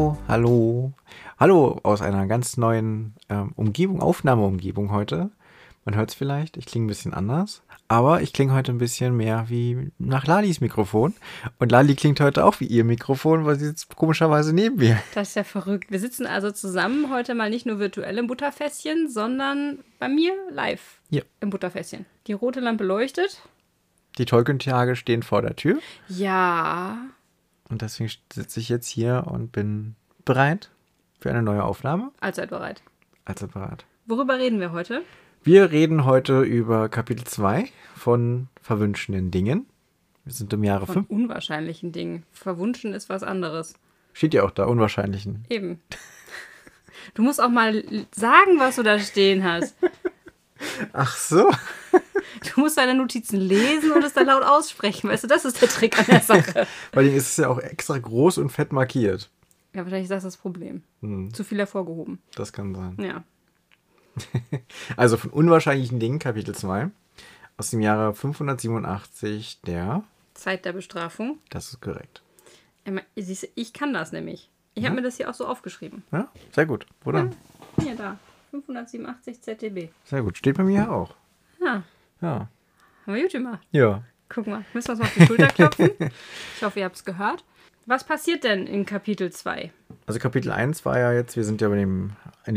Hallo, hallo. Hallo aus einer ganz neuen Aufnahmeumgebung heute. Man hört es vielleicht, ich klinge ein bisschen anders. Aber ich klinge heute ein bisschen mehr wie nach Lalis Mikrofon. Und Lali klingt heute auch wie ihr Mikrofon, weil sie sitzt komischerweise neben mir. Das ist ja verrückt. Wir sitzen also zusammen heute mal nicht nur virtuell im Butterfässchen, sondern bei mir live Ja. im Butterfässchen. Die rote Lampe leuchtet. Die Tollkühntage stehen vor der Tür. Ja. Und deswegen sitze ich jetzt hier und bin bereit für eine neue Aufnahme. Allzeit bereit. Also bereit. Worüber reden wir heute? Wir reden heute über Kapitel 2 von Verwünschenden Dingen. Wir sind im Jahre Von 5. unwahrscheinlichen Dingen. Verwunschen ist was anderes. Steht ja auch da, unwahrscheinlichen. Eben. Du musst auch mal sagen, was du da stehen hast. Ach so. Du musst deine Notizen lesen und es dann laut aussprechen. Weißt du, das ist der Trick an der Sache. Weil dem ist es ja auch extra groß und fett markiert. Ja, wahrscheinlich ist das das Problem. Zu viel hervorgehoben. Das kann sein. Ja. Also von unwahrscheinlichen Dingen, Kapitel 2. Aus dem Jahre 587, Zeit der Bestrafung. Das ist korrekt. Siehst du, ich kann das nämlich. Ich habe mir das hier auch so aufgeschrieben. Ja, sehr gut, oder? Hier, da. 587 ZTB. Sehr gut. Steht bei mir ja auch. Ja, Ja. haben wir gut gemacht. Ja. Guck mal, müssen wir uns mal auf die Schulter klopfen. Ich hoffe, ihr habt es gehört. Was passiert denn in Kapitel 2? Also Kapitel 1 war ja jetzt, wir sind ja bei dem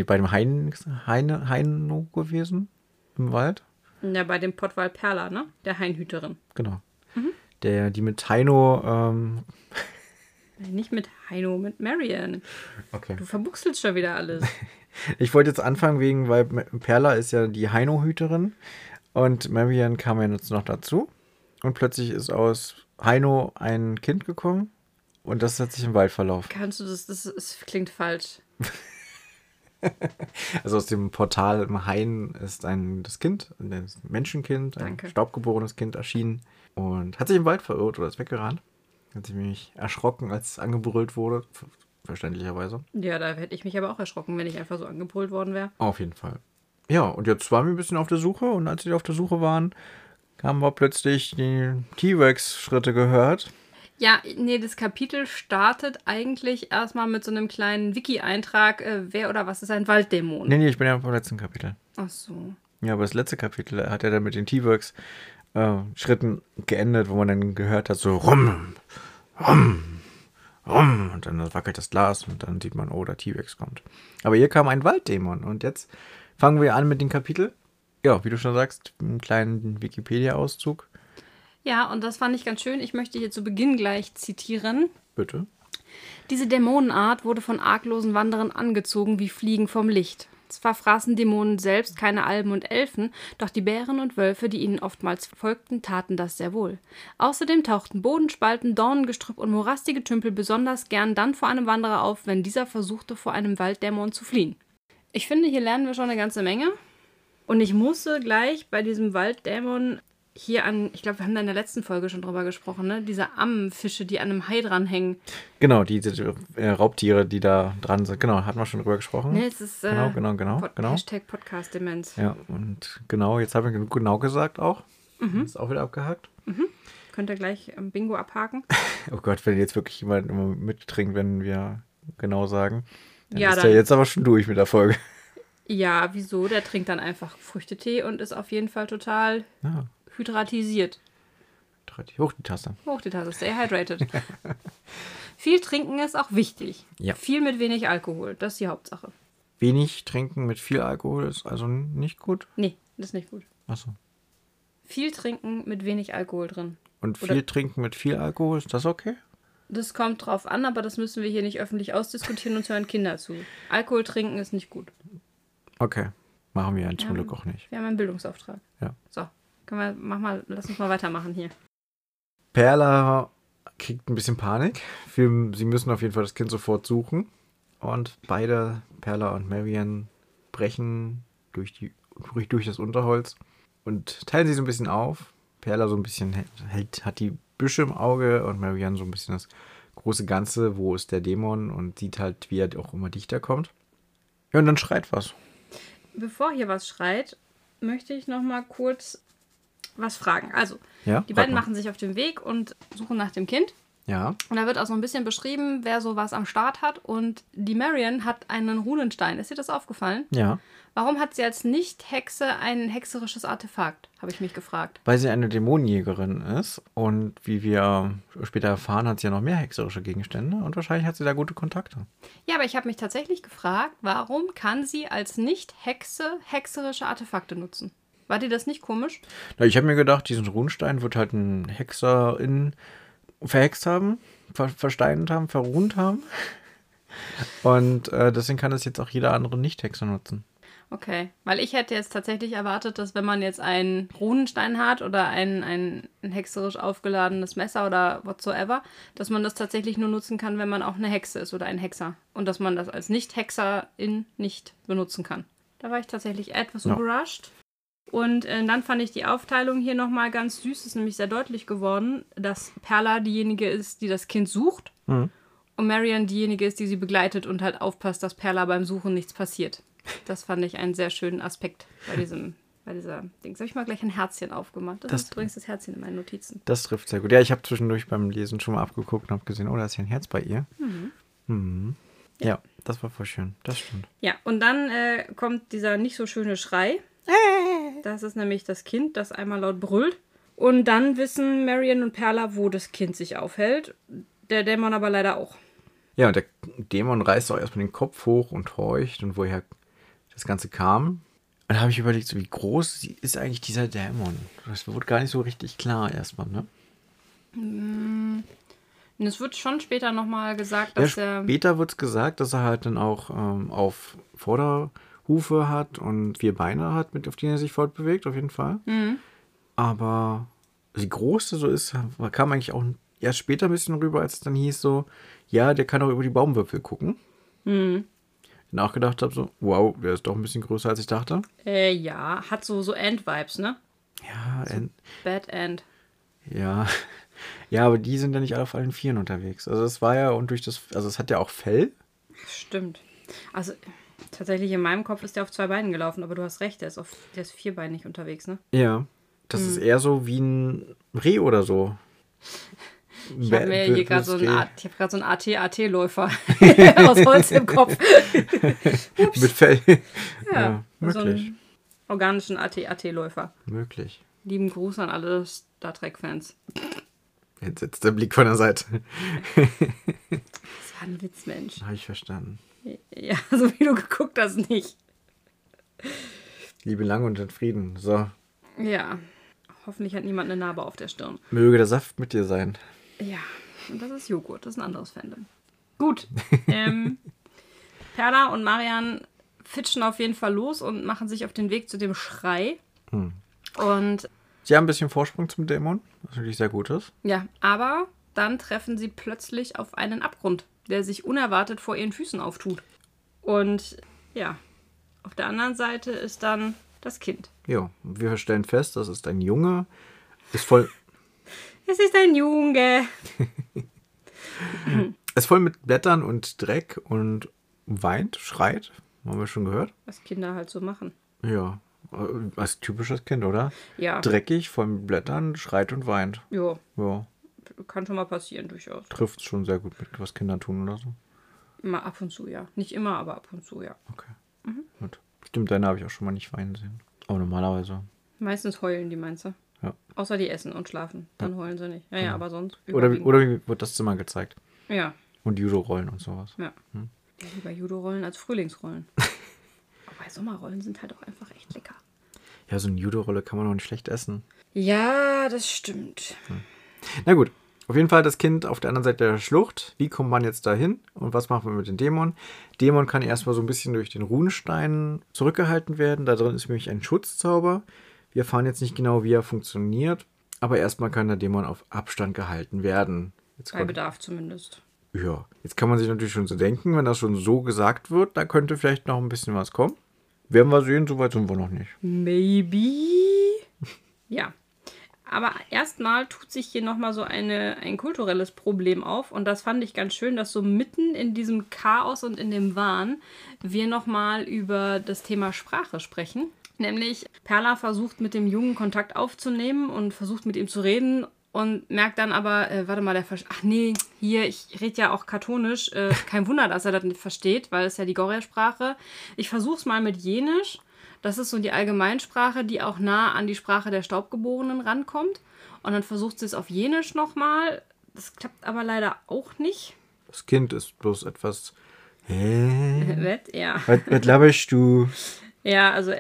Heino gewesen im Wald. Ja, bei dem Pottwal Perla, ne? Der Hainhüterin. Genau. Die mit Heino, Nicht mit Heino, mit Marian. okay. Du verbuchselst schon wieder alles. Ich wollte jetzt anfangen weil Perla ist ja die Heino-Hüterin und Marian kam ja jetzt noch dazu. Und plötzlich ist aus Heino ein Kind gekommen und das hat sich im Wald verlaufen. Kannst du das klingt falsch. Also aus dem Portal im Hain ist das Kind, ein Menschenkind, ein Danke. staubgeborenes Kind erschienen und hat sich im Wald verirrt oder ist weggerannt. Hat sich nämlich erschrocken, als es angebrüllt wurde, verständlicherweise. Ja, da hätte ich mich aber auch erschrocken, wenn ich einfach so angebrüllt worden wäre. Auf jeden Fall. Ja, und jetzt waren wir ein bisschen auf der Suche und als wir auf der Suche waren, haben wir plötzlich die T-Rex-Schritte gehört. Ja, nee, das Kapitel startet eigentlich erstmal mit so einem kleinen Wiki-Eintrag, wer oder was ist ein Walddämon. Nee, ich bin ja beim letzten Kapitel. Ach so. Ja, aber das letzte Kapitel hat ja dann mit den T-Rex-Schritten geendet, wo man dann gehört hat, so rum, rum, rum. Und dann wackelt das Glas und dann sieht man, oh, der T-Rex kommt. Aber hier kam ein Walddämon und jetzt fangen wir an mit dem Kapitel. Ja, wie du schon sagst, einen kleinen Wikipedia-Auszug. Ja, und das fand ich ganz schön. Ich möchte hier zu Beginn gleich zitieren. Bitte. Diese Dämonenart wurde von arglosen Wanderern angezogen wie Fliegen vom Licht. Zwar fraßen Dämonen selbst keine Alben und Elfen, doch die Bären und Wölfe, die ihnen oftmals folgten, taten das sehr wohl. Außerdem tauchten Bodenspalten, Dornengestrüpp und morastige Tümpel besonders gern dann vor einem Wanderer auf, wenn dieser versuchte, vor einem Walddämon zu fliehen. Ich finde, hier lernen wir schon eine ganze Menge. Und ich musste gleich bei diesem Walddämon hier ich glaube, wir haben da in der letzten Folge schon drüber gesprochen, ne? Diese Ammenfische, die an einem Hai dranhängen. Genau, diese Raubtiere, die da dran sind. Genau, hatten wir schon drüber gesprochen. Ne, es ist Genau. Hashtag Podcast-Demenz. Ja, und genau, jetzt habe ich genau gesagt auch. Ist auch wieder abgehakt. Könnt ihr gleich Bingo abhaken? Oh Gott, wenn jetzt wirklich jemand immer mittrinkt, wenn wir genau sagen. Dann Ja, ist dann- der jetzt aber schon durch mit der Folge. Ja, wieso? Der trinkt dann einfach Früchtetee und ist auf jeden Fall total Ja, hydratisiert. hoch die Tasse. Hoch die Tasse, stay hydrated. Viel trinken ist auch wichtig. Ja. Viel mit wenig Alkohol, das ist die Hauptsache. Wenig trinken mit viel Alkohol ist also nicht gut. Nee, das ist nicht gut. Achso. Viel trinken mit wenig Alkohol drin. Und Oder- viel trinken mit viel Alkohol, ist das okay? Das kommt drauf an, aber das müssen wir hier nicht öffentlich ausdiskutieren und hören Kinder zu. Alkohol trinken ist nicht gut. Okay. Machen wir ja zum Ja. Glück auch nicht. Wir haben einen Bildungsauftrag. Ja. So, lass uns mal weitermachen hier. Perla kriegt ein bisschen Panik. Sie müssen auf jeden Fall das Kind sofort suchen. Und beide, Perla und Marian, brechen durch das Unterholz und teilen sich so ein bisschen auf. Perla so ein bisschen hat die Büsche im Auge und Marian so ein bisschen das große Ganze, wo ist der Dämon, und sieht halt, wie er auch immer dichter kommt. Ja, und dann schreit was. Bevor hier was schreit, möchte ich noch mal kurz was fragen. Also, Ja, die frag beiden mal. machen sich auf den Weg und suchen nach dem Kind. Ja. Und da wird auch so ein bisschen beschrieben, wer sowas am Start hat. Und die Marion hat einen Runenstein. Ist dir das aufgefallen? Ja. Warum hat sie als Nicht-Hexe ein hexerisches Artefakt? Habe ich mich gefragt. Weil sie eine Dämonenjägerin ist und wie wir später erfahren, hat sie ja noch mehr hexerische Gegenstände und wahrscheinlich hat sie da gute Kontakte. Ja, aber ich habe mich tatsächlich gefragt, warum kann sie als Nicht-Hexe hexerische Artefakte nutzen? War dir das nicht komisch? Na, ich habe mir gedacht, diesen Runenstein wird halt ein Hexerin verhext haben, versteinert haben, verrunt haben. Und deswegen kann das jetzt auch jeder andere Nicht-Hexer nutzen. Okay, weil ich hätte jetzt tatsächlich erwartet, dass wenn man jetzt einen Runenstein hat oder ein hexerisch aufgeladenes Messer oder whatsoever, dass man das tatsächlich nur nutzen kann, wenn man auch eine Hexe ist oder ein Hexer. Und dass man das als Nicht-Hexerin nicht benutzen kann. Da war ich tatsächlich etwas überrascht. Und dann fand ich die Aufteilung hier nochmal ganz süß. Es ist nämlich sehr deutlich geworden, dass Perla diejenige ist, die das Kind sucht. Mhm. Und Marion diejenige ist, die sie begleitet und halt aufpasst, dass Perla beim Suchen nichts passiert. Das fand ich einen sehr schönen Aspekt bei dieser Dings. Habe ich mal gleich ein Herzchen aufgemacht. Das ist übrigens das Herzchen in meinen Notizen. Das trifft sehr gut. Ja, ich habe zwischendurch beim Lesen schon mal abgeguckt und habe gesehen, oh, da ist ja ein Herz bei ihr. Mhm. Ja, das war voll schön. Das stimmt. Ja, und dann kommt dieser nicht so schöne Schrei. Das ist nämlich das Kind, das einmal laut brüllt. Und dann wissen Marion und Perla, wo das Kind sich aufhält. Der Dämon aber leider auch. Ja, und der Dämon reißt auch erstmal den Kopf hoch und horcht und woher das Ganze kam. Und da habe ich überlegt, so wie groß ist eigentlich dieser Dämon? Das wurde gar nicht so richtig klar erstmal, ne? Und es wird schon später nochmal gesagt, dass er... Später wird es gesagt, dass er halt dann auch auf Vorderhufe hat und 4 Beine hat, auf denen er sich fortbewegt, auf jeden Fall. Mhm. Aber wie groß der so ist, kam eigentlich auch erst später ein bisschen rüber, als es dann hieß so, ja, der kann auch über die Baumwipfel gucken. Mhm. Nachgedacht habe, so, wow, der ist doch ein bisschen größer, als ich dachte. Ja, hat so End-Vibes, ne? Ja, So Bad End. ja. Ja, aber die sind ja nicht alle auf allen Vieren unterwegs. Also es war ja, und durch das, also es hat ja auch Fell. Stimmt. Also tatsächlich in meinem Kopf ist der auf 2 Beinen gelaufen, aber du hast recht, der ist vierbeinig unterwegs, ne? Ja. Das ist eher so wie ein Reh oder so. Ich habe mir hier gerade so einen AT-AT-Läufer aus Holz im Kopf. Mit Fell. Ja, möglich. so einen organischen AT-AT-Läufer. Möglich. Lieben Gruß an alle Star Trek-Fans. Jetzt sitzt der Blick von der Seite. Das war ein Witz, Mensch. Habe ich verstanden. Ja, so wie du geguckt hast, nicht. Liebe lange und in Frieden. So. Ja, hoffentlich hat niemand eine Narbe auf der Stirn. Möge der Saft mit dir sein. Ja, und das ist Joghurt, das ist ein anderes Fandom. Gut, Perla und Marian fitschen auf jeden Fall los und machen sich auf den Weg zu dem Schrei. Und Sie haben ein bisschen Vorsprung zum Dämon, was natürlich sehr gut ist. ja, aber dann treffen sie plötzlich auf einen Abgrund, der sich unerwartet vor ihren Füßen auftut. Und ja, auf der anderen Seite ist dann das Kind. Ja, wir stellen fest, das ist ein Junge, ist voll... Es ist ein Junge. Ist voll mit Blättern und Dreck und weint, schreit. Haben wir schon gehört? Was Kinder halt so machen. Ja, als typisches Kind, oder? Ja. Dreckig, voll mit Blättern, schreit und weint. Ja, Ja, kann schon mal passieren, durchaus. trifft schon sehr gut mit, was Kinder tun oder so. Mal ab und zu, ja. Nicht immer, aber ab und zu, ja. Okay, gut. Stimmt, deine habe ich auch schon mal nicht weinen sehen. Aber normalerweise. Meistens heulen die, meinst du? Ja. Außer die essen und schlafen. Dann heulen sie nicht. Ja, aber sonst. Oder überwiegend. wie wird das Zimmer gezeigt? Ja, Und Judo-Rollen und sowas. ja. Ja, lieber Judo-Rollen als Frühlingsrollen. Aber Sommerrollen sind halt auch einfach echt lecker. Ja, so eine Judo-Rolle kann man auch nicht schlecht essen. Ja, das stimmt. Na gut, auf jeden Fall das Kind auf der anderen Seite der Schlucht. Wie kommt man jetzt dahin und was machen wir mit dem Dämon? Dämon kann erstmal so ein bisschen durch den Runenstein zurückgehalten werden. Da drin ist nämlich ein Schutzzauber. Wir erfahren jetzt nicht genau, wie er funktioniert, aber erstmal kann der Dämon auf Abstand gehalten werden. Bei Bedarf zumindest. Ja, jetzt kann man sich natürlich schon so denken, wenn das schon so gesagt wird, da könnte vielleicht noch ein bisschen was kommen. Werden wir sehen, soweit sind wir noch nicht. Maybe. Ja. Aber erstmal tut sich hier nochmal so ein kulturelles Problem auf. Und das fand ich ganz schön, dass so mitten in diesem Chaos und in dem Wahn wir nochmal über das Thema Sprache sprechen. Nämlich Perla versucht mit dem Jungen Kontakt aufzunehmen und versucht mit ihm zu reden. und merkt dann aber, warte mal, ach nee, hier, ich rede ja auch katholisch. Kein Wunder, dass er das nicht versteht, weil es ja die Goria-Sprache. Ich versuch's mal mit Jenisch. Das ist so die Allgemeinsprache, die auch nah an die Sprache der Staubgeborenen rankommt. Und dann versucht sie es auf Jenisch nochmal. Das klappt aber leider auch nicht. Das Kind ist bloß etwas... Hä? Ja. Was laberst du? Ja, also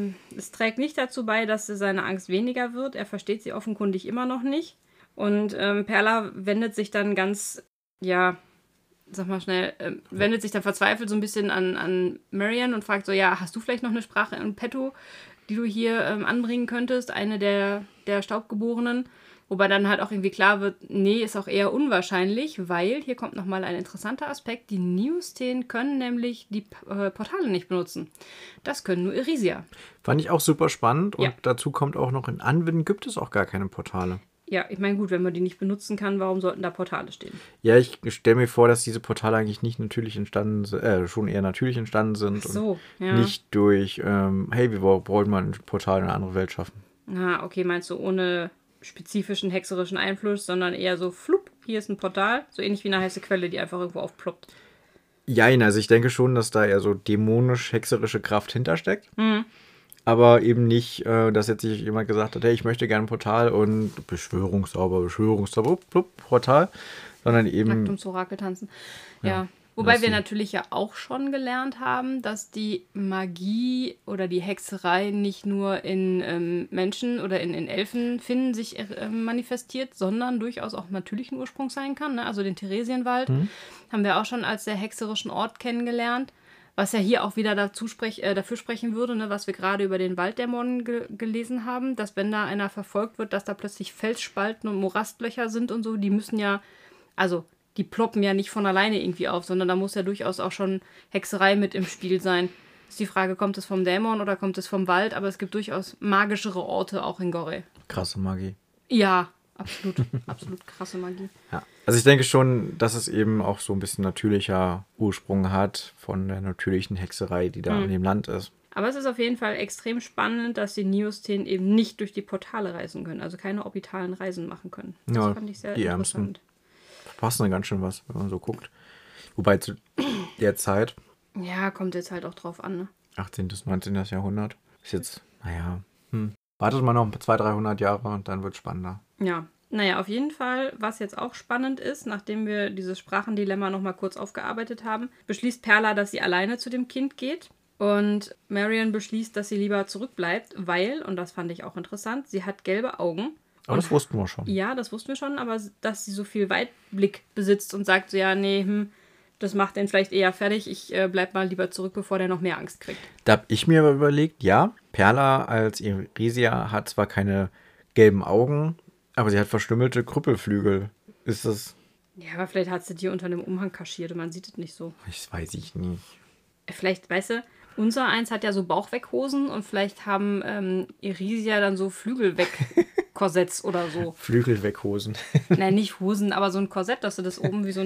es trägt nicht dazu bei, dass seine Angst weniger wird. Er versteht sie offenkundig immer noch nicht. Und Perla wendet sich dann ganz, ja, sag mal schnell, wendet sich dann verzweifelt so ein bisschen an Marian und fragt so, ja, hast du vielleicht noch eine Sprache in petto, die du hier anbringen könntest? Eine der Staubgeborenen? Wobei dann halt auch irgendwie klar wird, nee, ist auch eher unwahrscheinlich, weil hier kommt nochmal ein interessanter Aspekt. Die Neosteen können nämlich die Portale nicht benutzen. Das können nur Irisia. Fand ich auch super spannend. Und Ja. dazu kommt auch noch, in Anwin gibt es auch gar keine Portale. Ja, ich meine, gut, wenn man die nicht benutzen kann, warum sollten da Portale stehen? Ja, ich stelle mir vor, dass diese Portale eigentlich nicht natürlich entstanden sind, schon eher natürlich entstanden sind. Ach so, und ja. nicht durch, hey, wir wollen mal ein Portal in eine andere Welt schaffen. Ah, okay, meinst du ohne spezifischen hexerischen Einfluss, sondern eher so, flupp, hier ist ein Portal, so ähnlich wie eine heiße Quelle, die einfach irgendwo aufploppt. Jein, also ich denke schon, dass da eher so dämonisch-hexerische Kraft hintersteckt. Mhm. Aber eben nicht, dass jetzt sich jemand gesagt hat, hey, ich möchte gerne ein Portal und Beschwörungszauber, blub, Portal, sondern Nackt eben, ums Orakel tanzen. Ja. Wobei lass wir sie. natürlich ja auch schon gelernt haben, dass die Magie oder die Hexerei nicht nur in Menschen oder in Elfenfinnen sich manifestiert, sondern durchaus auch natürlichen Ursprungs sein kann. Ne? Also den Theresienwald haben wir auch schon als sehr hexerischen Ort kennengelernt. Was ja hier auch wieder dafür sprechen würde, ne, was wir gerade über den Walddämonen gelesen haben, dass wenn da einer verfolgt wird, dass da plötzlich Felsspalten und Morastlöcher sind und so, die müssen ja, also die ploppen ja nicht von alleine irgendwie auf, sondern da muss ja durchaus auch schon Hexerei mit im Spiel sein. Ist die Frage, kommt es vom Dämon oder kommt es vom Wald? Aber es gibt durchaus magischere Orte auch in Gorre. krasse Magie. Ja, absolut, absolut krasse Magie. Ja. Also ich denke schon, dass es eben auch so ein bisschen natürlicher Ursprung hat von der natürlichen Hexerei, die da in dem Land ist. Aber es ist auf jeden Fall extrem spannend, dass die Neosteen eben nicht durch die Portale reisen können, also keine orbitalen Reisen machen können. Das Ja, fand ich sehr die interessant. Verpassen dann ganz schön was, wenn man so guckt. Wobei zu der Zeit, Ja, kommt jetzt halt auch drauf an, ne? 18. bis 19. Jahrhundert, ist jetzt, naja, wartet mal noch 200, 300 Jahre und dann wird es spannender. Ja, naja, auf jeden Fall, was jetzt auch spannend ist, nachdem wir dieses Sprachendilemma nochmal kurz aufgearbeitet haben, beschließt Perla, dass sie alleine zu dem Kind geht. Und Marian beschließt, dass sie lieber zurückbleibt, weil, und das fand ich auch interessant, sie hat gelbe Augen. Aber das wussten wir schon. Ja, das wussten wir schon, aber dass sie so viel Weitblick besitzt und sagt so, ja, nee, das macht den vielleicht eher fertig, ich bleib mal lieber zurück, bevor der noch mehr Angst kriegt. Da habe ich mir aber überlegt, ja, Perla als Irisia hat zwar keine gelben Augen, aber sie hat verstümmelte Krüppelflügel. Ist das? Ja, aber vielleicht hat sie die unter einem Umhang kaschiert und man sieht es nicht so. Das weiß ich nicht. Vielleicht, weißt du, unser eins hat ja so Bauchweghosen und vielleicht haben Irisia dann so Flügelweg-Korsetts oder so. Flügelweghosen. Nein, nicht Hosen, aber so ein Korsett, dass du das oben wie so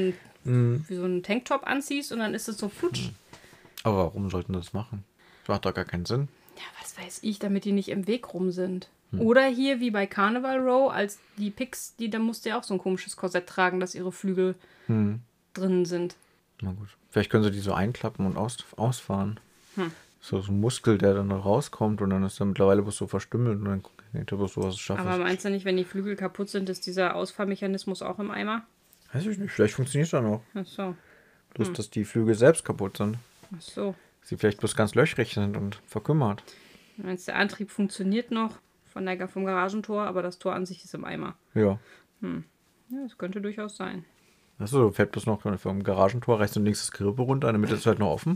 ein Tanktop anziehst und dann ist es so flutsch. Aber warum sollten das machen? Das macht doch gar keinen Sinn. Ja, was weiß ich, damit die nicht im Weg rum sind. Oder hier wie bei Carnival Row, als die Pix, da musste ja auch so ein komisches Korsett tragen, dass ihre Flügel drin sind. Na gut. Vielleicht können sie die so einklappen und ausfahren. So ein Muskel, der dann rauskommt und dann ist er mittlerweile bloß so verstümmelt und dann denkt er bloß so, was es schafft. Aber meinst du nicht, wenn die Flügel kaputt sind, ist dieser Ausfahrmechanismus auch im Eimer? Weiß ich nicht. Vielleicht funktioniert es dann auch. Ach so, Bloß, dass die Flügel selbst kaputt sind. ach so. Sie vielleicht bloß ganz löchrig sind und verkümmert. Du meinst, der Antrieb funktioniert noch vom Garagentor, aber das Tor an sich ist im Eimer. Ja. Ja, das könnte durchaus sein. Achso, fährt bloß noch vom Garagentor rechts und links das Gerippe runter, in der Mitte ist halt noch offen.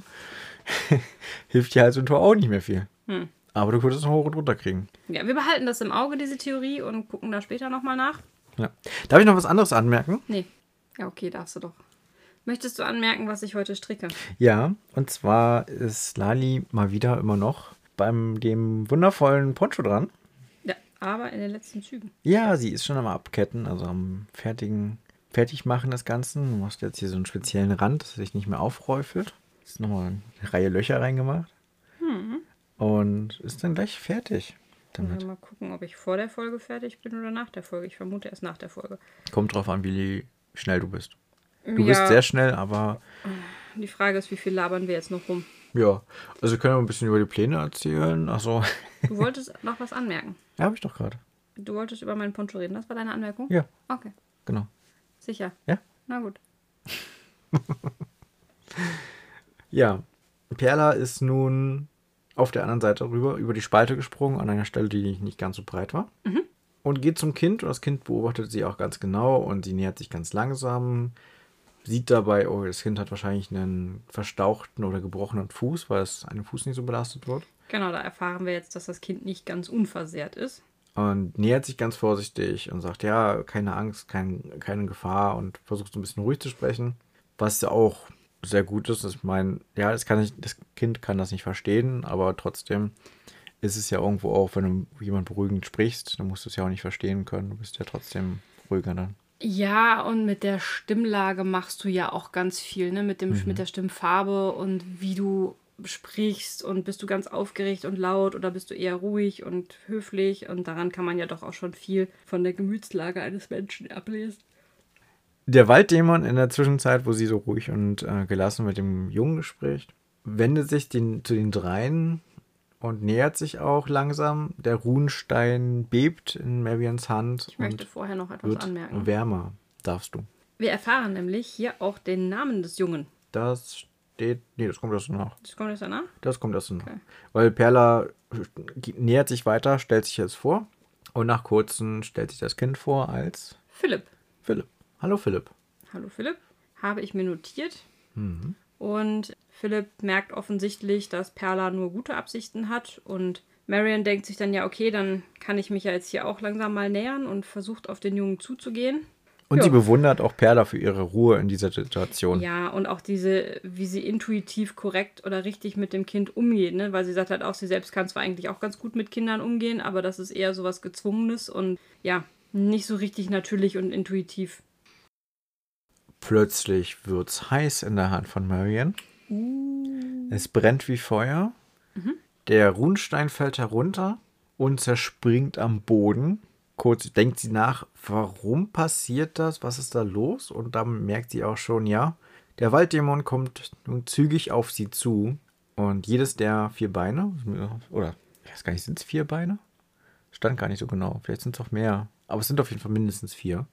Hilft dir halt so ein Tor auch nicht mehr viel. Aber du könntest es noch hoch und runter kriegen. Ja, wir behalten das im Auge, diese Theorie, und gucken da später nochmal nach. Ja. Darf ich noch was anderes anmerken? Nee. Ja, okay, darfst du doch. Möchtest du anmerken, was ich heute stricke? Ja, und zwar ist Lali mal wieder immer noch beim dem wundervollen Poncho dran. Ja, aber in den letzten Zügen. Ja, sie ist schon am Abketten, also am Fertigmachen des Ganzen. Du machst jetzt hier so einen speziellen Rand, dass er sich nicht mehr aufräufelt. Ist nochmal eine Reihe Löcher reingemacht. Und ist dann gleich fertig. damit. Mal gucken, ob ich vor der Folge fertig bin oder nach der Folge. Ich vermute erst nach der Folge. Kommt drauf an, wie schnell du bist. Du bist sehr schnell, aber... Die Frage ist, wie viel labern wir jetzt noch rum? Ja, also wir können aber ein bisschen über die Pläne erzählen. Achso. Du wolltest noch was anmerken. Ja, habe ich doch gerade. Du wolltest über meinen Poncho reden. Das war deine Anmerkung? Ja. Okay. Genau. Sicher? Ja. Na gut. Ja, Perla ist nun auf der anderen Seite rüber, über die Spalte gesprungen, an einer Stelle, die nicht ganz so breit war. Und geht zum Kind. Und das Kind beobachtet sie auch ganz genau und sie nähert sich ganz langsam. Sieht dabei, oh, das Kind hat wahrscheinlich einen verstauchten oder gebrochenen Fuß, weil es an dem Fuß nicht so belastet wird. Genau, da erfahren wir jetzt, dass das Kind nicht ganz unversehrt ist. Und nähert sich ganz vorsichtig und sagt, ja, keine Angst, keine Gefahr und versucht so ein bisschen ruhig zu sprechen. Was ja auch sehr gut ist. Ich meine, ja, das Kind kann das nicht verstehen, aber trotzdem ist es ja irgendwo auch, wenn du jemand beruhigend sprichst, dann musst du es ja auch nicht verstehen können. Du bist ja trotzdem ruhiger dann. Ja, und mit der Stimmlage machst du ja auch ganz viel, ne? Mit der Stimmfarbe und wie du sprichst und bist du ganz aufgeregt und laut oder bist du eher ruhig und höflich und daran kann man ja doch auch schon viel von der Gemütslage eines Menschen ablesen. Der Walddämon in der Zwischenzeit, wo sie so ruhig und gelassen mit dem Jungen spricht, wendet sich zu den dreien und nähert sich auch langsam. Der Runenstein bebt in Marians Hand. Ich möchte vorher noch etwas anmerken. Wärmer, darfst du. Wir erfahren nämlich hier auch den Namen des Jungen. Das steht. Nee, das kommt erst danach. Das kommt jetzt danach? Das kommt erst danach. Okay. Weil Perla nähert sich weiter, stellt sich jetzt vor. Und nach kurzem stellt sich das Kind vor als Philipp. Philipp. Hallo Philipp. Hallo Philipp. Habe ich mir notiert. Und Philipp merkt offensichtlich, dass Perla nur gute Absichten hat. Und Marian denkt sich dann, ja okay, dann kann ich mich ja jetzt hier auch langsam mal nähern und versucht auf den Jungen zuzugehen. Und Ja. sie bewundert auch Perla für ihre Ruhe in dieser Situation. Ja, und auch wie sie intuitiv korrekt oder richtig mit dem Kind umgeht, ne? Weil sie sagt halt auch, sie selbst kann zwar eigentlich auch ganz gut mit Kindern umgehen, aber das ist eher sowas Gezwungenes und ja, nicht so richtig natürlich und intuitiv. Plötzlich wird's heiß in der Hand von Marian. Es brennt wie Feuer. Der Runenstein fällt herunter und zerspringt am Boden. Kurz denkt sie nach, warum passiert das? Was ist da los? Und dann merkt sie auch schon, ja, der Walddämon kommt nun zügig auf sie zu. Und jedes der 4 Beine, oder ich weiß gar nicht, sind es 4 Beine? Stand gar nicht so genau. Vielleicht sind es auch mehr. Aber es sind auf jeden Fall mindestens 4.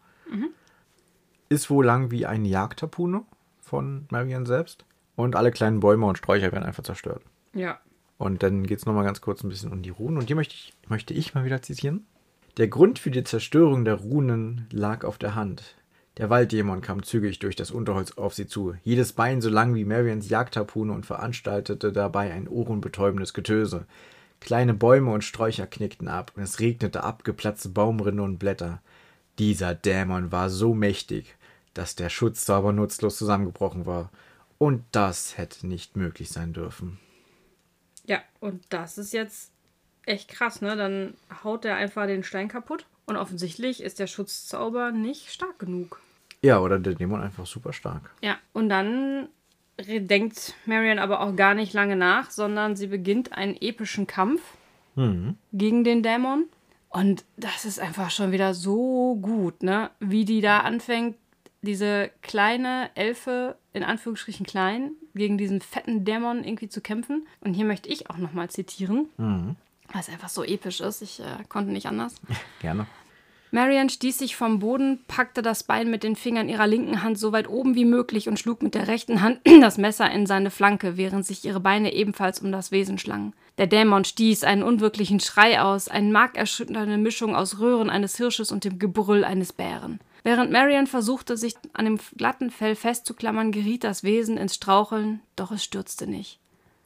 Ist wohl lang wie eine Jagdharpune von Marian selbst. Und alle kleinen Bäume und Sträucher werden einfach zerstört. Ja. Und dann geht es nochmal ganz kurz ein bisschen um die Runen. Und die möchte ich mal wieder zitieren. Der Grund für die Zerstörung der Runen lag auf der Hand. Der Walddämon kam zügig durch das Unterholz auf sie zu, jedes Bein so lang wie Marians Jagdharpune und veranstaltete dabei ein ohrenbetäubendes Getöse. Kleine Bäume und Sträucher knickten ab und es regnete abgeplatzte Baumrinde und Blätter. Dieser Dämon war so mächtig, dass der Schutzzauber nutzlos zusammengebrochen war. Und das hätte nicht möglich sein dürfen. Ja, und das ist jetzt echt krass, ne? Dann haut er einfach den Stein kaputt und offensichtlich ist der Schutzzauber nicht stark genug. Ja, oder der Dämon einfach super stark. Ja, und dann denkt Marian aber auch gar nicht lange nach, sondern sie beginnt einen epischen Kampf gegen den Dämon. Und das ist einfach schon wieder so gut, ne? Wie die da anfängt, diese kleine Elfe, in Anführungsstrichen klein, gegen diesen fetten Dämon irgendwie zu kämpfen. Und hier möchte ich auch nochmal zitieren, weil es einfach so episch ist. Ich konnte nicht anders. Gerne. Marian stieß sich vom Boden, packte das Bein mit den Fingern ihrer linken Hand so weit oben wie möglich und schlug mit der rechten Hand das Messer in seine Flanke, während sich ihre Beine ebenfalls um das Wesen schlangen. Der Dämon stieß einen unwirklichen Schrei aus, eine markerschütternde Mischung aus Röhren eines Hirsches und dem Gebrüll eines Bären. Während Marian versuchte, sich an dem glatten Fell festzuklammern, geriet das Wesen ins Straucheln, doch es stürzte nicht.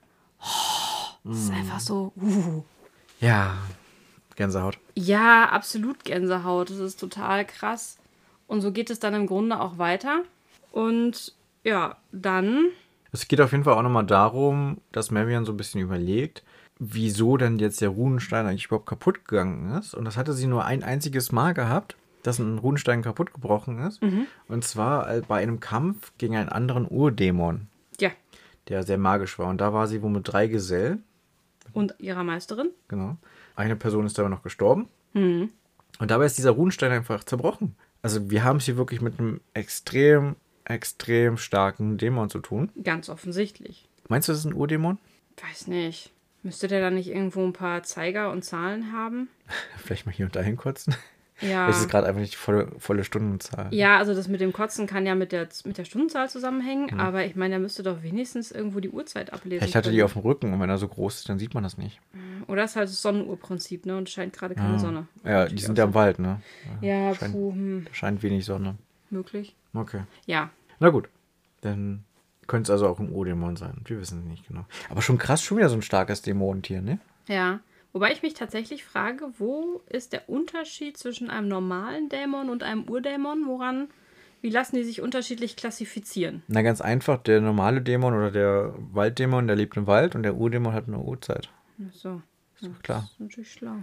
Das ist einfach so, Ja, Gänsehaut. Ja, absolut Gänsehaut. Das ist total krass. Und so geht es dann im Grunde auch weiter. Und ja, dann... Es geht auf jeden Fall auch nochmal darum, dass Marian so ein bisschen überlegt, wieso denn jetzt der Runenstein eigentlich überhaupt kaputt gegangen ist. Und das hatte sie nur ein einziges Mal gehabt, dass ein Runenstein kaputt gebrochen ist. Und zwar bei einem Kampf gegen einen anderen Urdämon, Ja. der sehr magisch war. Und da war sie wohl mit 3 Gesellen, Und ihrer Meisterin. Genau. Eine Person ist aber noch gestorben. Mhm. Und dabei ist dieser Runenstein einfach zerbrochen. Also wir haben es hier wirklich mit einem extrem starken Dämon zu tun. Ganz offensichtlich. Meinst du, das ist ein Urdämon? Weiß nicht. Müsste der da nicht irgendwo ein paar Zeiger und Zahlen haben? Vielleicht mal hier und da hinkotzen. Ja. Das ist gerade einfach nicht die volle Stundenzahl. Ja, also das mit dem Kotzen kann ja mit der Stundenzahl zusammenhängen, aber ich meine, er müsste doch wenigstens irgendwo die Uhrzeit ablesen Vielleicht hatte können. die auf dem Rücken und wenn er so groß ist, dann sieht man das nicht. Oder es ist halt das Sonnenuhrprinzip, ne? Und es scheint gerade keine Sonne. Ja, die sind ja im Wald, ne? Ja, Scheint wenig Sonne. möglich. Okay. Ja. Na gut. Dann könnte es also auch ein Urdämon sein. Wir wissen es nicht genau. Aber schon krass, schon wieder so ein starkes Dämonentier, ne? Ja. Wobei ich mich tatsächlich frage, wo ist der Unterschied zwischen einem normalen Dämon und einem Urdämon? Wie lassen die sich unterschiedlich klassifizieren? Na, ganz einfach. Der normale Dämon oder der Walddämon, der lebt im Wald und der Urdämon hat eine Uhrzeit. Ach so. Ist doch klar. Das ist natürlich schlau.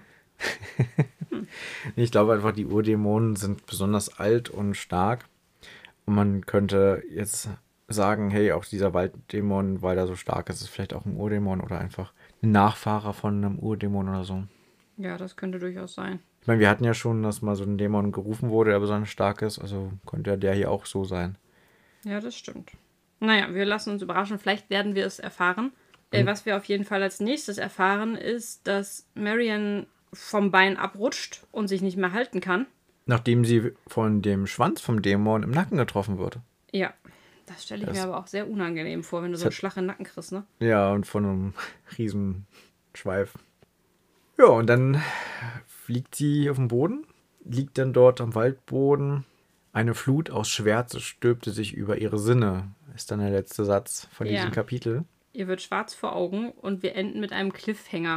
Ich glaube einfach, die Urdämonen sind besonders alt und stark. Und man könnte jetzt sagen, hey, auch dieser Walddämon, weil er so stark ist, ist vielleicht auch ein Urdämon oder einfach ein Nachfahrer von einem Urdämon oder so. Ja, das könnte durchaus sein. Ich meine, wir hatten ja schon, dass mal so ein Dämon gerufen wurde, der besonders stark ist. Also könnte ja der hier auch so sein. Ja, das stimmt. Naja, wir lassen uns überraschen. Vielleicht werden wir es erfahren. Was wir auf jeden Fall als nächstes erfahren, ist, dass Marian vom Bein abrutscht und sich nicht mehr halten kann. Nachdem sie von dem Schwanz vom Dämon im Nacken getroffen wird. Ja, das stelle ich mir aber auch sehr unangenehm vor, wenn du so einen Schlag in den Nacken kriegst, ne? Ja, und von einem riesen Schweif. Ja, und dann fliegt sie auf den Boden, liegt dann dort am Waldboden. Eine Flut aus Schwärze stülpte sich über ihre Sinne, ist dann der letzte Satz von diesem Kapitel. Ihr wird schwarz vor Augen und wir enden mit einem Cliffhanger.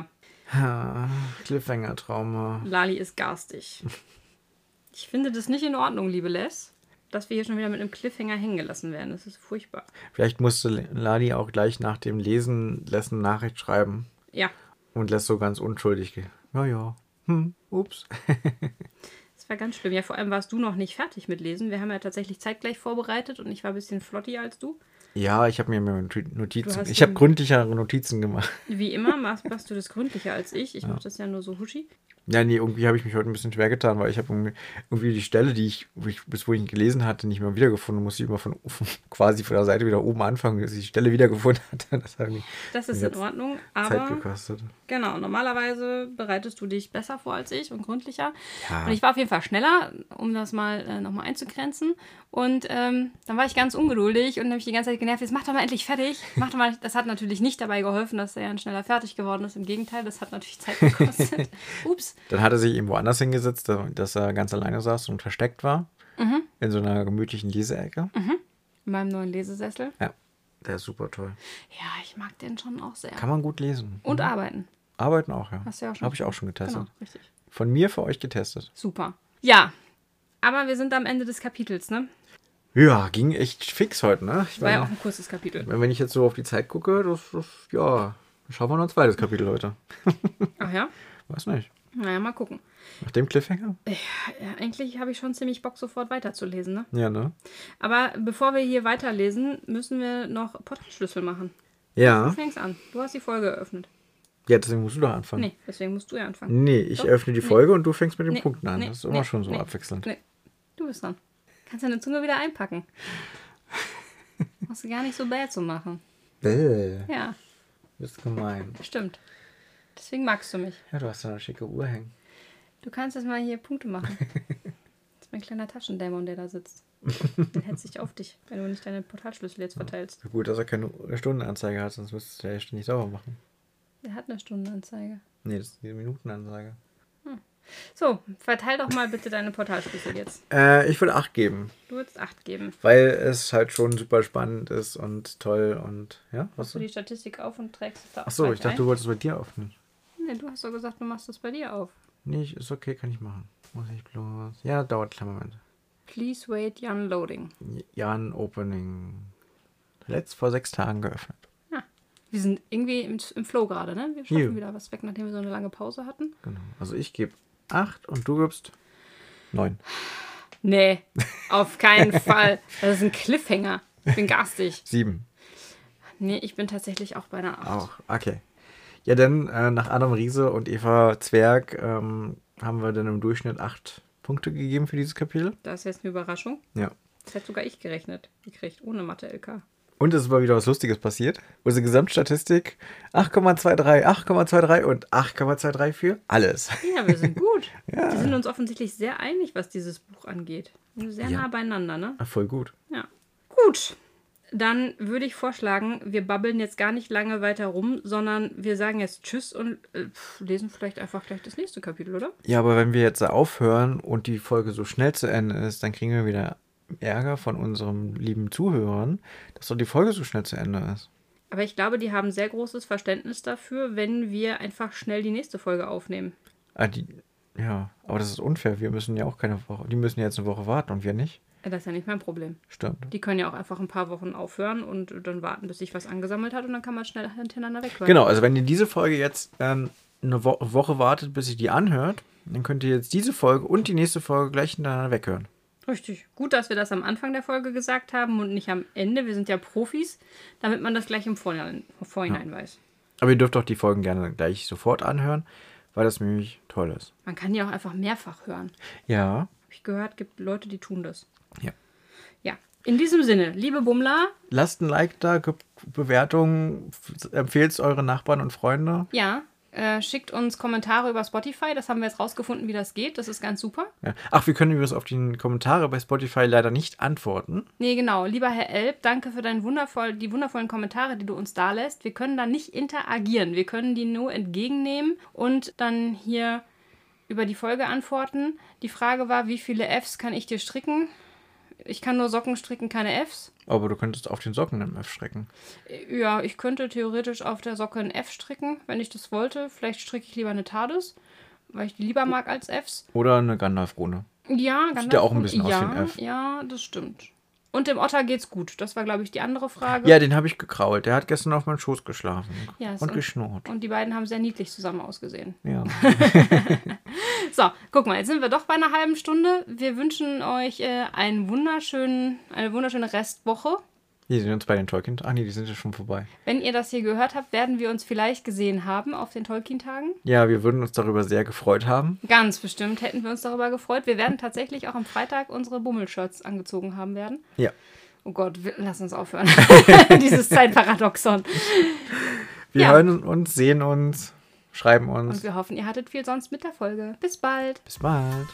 Cliffhanger-Trauma. Lali ist garstig. Ich finde das nicht in Ordnung, liebe Les, dass wir hier schon wieder mit einem Cliffhanger hängen gelassen werden. Das ist furchtbar. Vielleicht musste Lali auch gleich nach dem Lesen eine Nachricht schreiben. Ja. Und lässt so ganz unschuldig gehen. Ja. Ups. Das war ganz schlimm. Ja, vor allem warst du noch nicht fertig mit Lesen. Wir haben ja tatsächlich zeitgleich vorbereitet und ich war ein bisschen flotti als du. Ja, ich habe mir Notizen. Ich habe gründlichere Notizen gemacht. Wie immer machst du das gründlicher als ich. Ich mache das ja nur so huschi. Ja, nee, irgendwie habe ich mich heute ein bisschen schwer getan, weil ich habe irgendwie die Stelle, wo ich gelesen hatte, nicht mehr wiedergefunden. Musste ich immer quasi von der Seite wieder oben anfangen, bis ich die Stelle wiedergefunden hatte. Das ist in Ordnung, aber Zeit gekostet. Genau, normalerweise bereitest du dich besser vor als ich und gründlicher. Ja. Und ich war auf jeden Fall schneller, um das mal nochmal einzugrenzen. Und dann war ich ganz ungeduldig und habe mich die ganze Zeit genervt, jetzt mach doch mal endlich fertig. Mach doch mal. Das hat natürlich nicht dabei geholfen, dass er schneller fertig geworden ist. Im Gegenteil, das hat natürlich Zeit gekostet. Ups. Dann hat er sich irgendwo anders hingesetzt, dass er ganz alleine saß und versteckt war. Mhm. In so einer gemütlichen Leseecke. Mhm. In meinem neuen Lesesessel. Ja, der ist super toll. Ja, ich mag den schon auch sehr. Kann man gut lesen. Und arbeiten. Arbeiten auch, ja. Hast du ja auch schon. Habe ich auch schon getestet. Genau, richtig. Von mir für euch getestet. Super. Ja, aber wir sind am Ende des Kapitels, ne? Ja, ging echt fix heute, ne? War ja auch ein kurzes Kapitel. Wenn ich jetzt so auf die Zeit gucke, dann schauen wir noch ein zweites Kapitel heute. Ach ja? Weiß nicht. Naja, mal gucken. Nach dem Cliffhanger? Ja, eigentlich habe ich schon ziemlich Bock, sofort weiterzulesen, ne? Ja, ne? Aber bevor wir hier weiterlesen, müssen wir noch Portalschlüssel machen. Ja. Du fängst an. Du hast die Folge eröffnet. Ja, deswegen musst du doch anfangen. Nee, deswegen musst du ja anfangen. Nee, ich öffne die Folge und du fängst mit den Punkten an. Das ist immer schon so abwechselnd. Nee, du bist dran. Kannst deine Zunge wieder einpacken. Musst du gar nicht so bad zu machen. Ja. Bist gemein. Stimmt. Deswegen magst du mich. Ja, du hast ja eine schicke Uhr hängen. Du kannst jetzt mal hier Punkte machen. Das ist mein kleiner Taschendämon, der da sitzt. Der hetzt sich auf dich, wenn du nicht deine Portalschlüssel jetzt verteilst. Ja, gut, dass er keine Stundenanzeige hat, sonst müsstest du ja ständig sauber machen. Der hat eine Stundenanzeige. Nee, das ist die Minutenanzeige. So, verteil doch mal bitte deine Portalschlüssel jetzt. Ich würde 8 geben. Du würdest 8 geben. Weil es halt schon super spannend ist und toll und ja. Machst du die Statistik auf und trägst es da auf? Achso, ich dachte, du wolltest es bei dir öffnen. Nee, du hast doch gesagt, du machst das bei dir auf. Nee, ist okay, kann ich machen. Muss ich bloß. Ja, dauert einen kleinen Moment. Please wait, Jan Loading. Jan Opening. Letzt vor 6 Tagen geöffnet. Ja. Wir sind irgendwie im Flow gerade, ne? Wir schaffen wieder was weg, nachdem wir so eine lange Pause hatten. Genau. Also ich gebe 8 und du gibst 9. Nee, auf keinen Fall. Das ist ein Cliffhanger. Ich bin garstig. 7. Nee, ich bin tatsächlich auch bei einer 8. Auch, okay. Ja, denn nach Adam Riese und Eva Zwerg haben wir dann im Durchschnitt 8 Punkte gegeben für dieses Kapitel. Das ist jetzt eine Überraschung. Ja. Das hätte sogar ich gerechnet. Gekriegt, ohne Mathe-LK. Und es ist mal wieder was Lustiges passiert. Unsere Gesamtstatistik 8,23, 8,23 und 8,23 für alles. Ja, wir sind gut. Ja. Wir sind uns offensichtlich sehr einig, was dieses Buch angeht. Sehr nah beieinander, ne? Voll gut. Ja. Gut. Dann würde ich vorschlagen, wir babbeln jetzt gar nicht lange weiter rum, sondern wir sagen jetzt Tschüss und lesen vielleicht einfach gleich das nächste Kapitel, oder? Ja, aber wenn wir jetzt aufhören und die Folge so schnell zu Ende ist, dann kriegen wir wieder Ärger von unseren lieben Zuhörern, dass doch die Folge so schnell zu Ende ist. Aber ich glaube, die haben sehr großes Verständnis dafür, wenn wir einfach schnell die nächste Folge aufnehmen. Ja, aber das ist unfair. Wir müssen ja auch keine Woche. Die müssen jetzt eine Woche warten und wir nicht. Das ist ja nicht mein Problem. Stimmt. Die können ja auch einfach ein paar Wochen aufhören und dann warten, bis sich was angesammelt hat und dann kann man schnell hintereinander weghören. Genau, also wenn ihr diese Folge jetzt eine Woche wartet, bis ihr die anhört, dann könnt ihr jetzt diese Folge und die nächste Folge gleich hintereinander weghören. Richtig. Gut, dass wir das am Anfang der Folge gesagt haben und nicht am Ende. Wir sind ja Profis, damit man das gleich im Vorhinein weiß. Aber ihr dürft auch die Folgen gerne gleich sofort anhören, weil das nämlich toll ist. Man kann die auch einfach mehrfach hören. Ja. Habe ich gehört, gibt Leute, die tun das. Ja. Ja. In diesem Sinne, liebe Bummler. Lasst ein Like da, gebt Bewertungen, empfehlt es euren Nachbarn und Freunde. Ja. Schickt uns Kommentare über Spotify. Das haben wir jetzt rausgefunden, wie das geht. Das ist ganz super. Ja. Ach, wir können übrigens auf die Kommentare bei Spotify leider nicht antworten. Nee, genau. Lieber Herr Elb, danke für die wundervollen Kommentare, die du uns da lässt. Wir können da nicht interagieren. Wir können die nur entgegennehmen und dann hier über die Folge antworten. Die Frage war, wie viele Fs kann ich dir stricken? Ich kann nur Socken stricken, keine Fs. Aber du könntest auf den Socken im F stricken. Ja, ich könnte theoretisch auf der Socke ein F stricken, wenn ich das wollte. Vielleicht stricke ich lieber eine TARDIS, weil ich die lieber mag als Fs. Oder eine Gandalf-Rune. Ja, Sieht ja auch ein bisschen aus wie ein F. Ja, das stimmt. Und dem Otter geht's gut. Das war, glaube ich, die andere Frage. Ja, den habe ich gekrault. Der hat gestern auf meinem Schoß geschlafen. Ja, und geschnurrt. Und die beiden haben sehr niedlich zusammen ausgesehen. Ja. So, guck mal, jetzt sind wir doch bei einer halben Stunde. Wir wünschen euch eine wunderschöne Restwoche. Wir sehen uns bei den Tolkien. Ach nee, die sind ja schon vorbei. Wenn ihr das hier gehört habt, werden wir uns vielleicht gesehen haben auf den Tolkien-Tagen. Ja, wir würden uns darüber sehr gefreut haben. Ganz bestimmt hätten wir uns darüber gefreut. Wir werden tatsächlich auch am Freitag unsere Bummelshirts angezogen haben werden. Ja. Oh Gott, lass uns aufhören. Dieses Zeitparadoxon. Wir hören uns, sehen uns, schreiben uns. Und wir hoffen, ihr hattet viel sonst mit der Folge. Bis bald. Bis bald.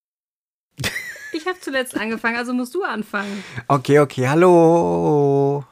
Ich habe zuletzt angefangen, also musst du anfangen. Okay, hallo.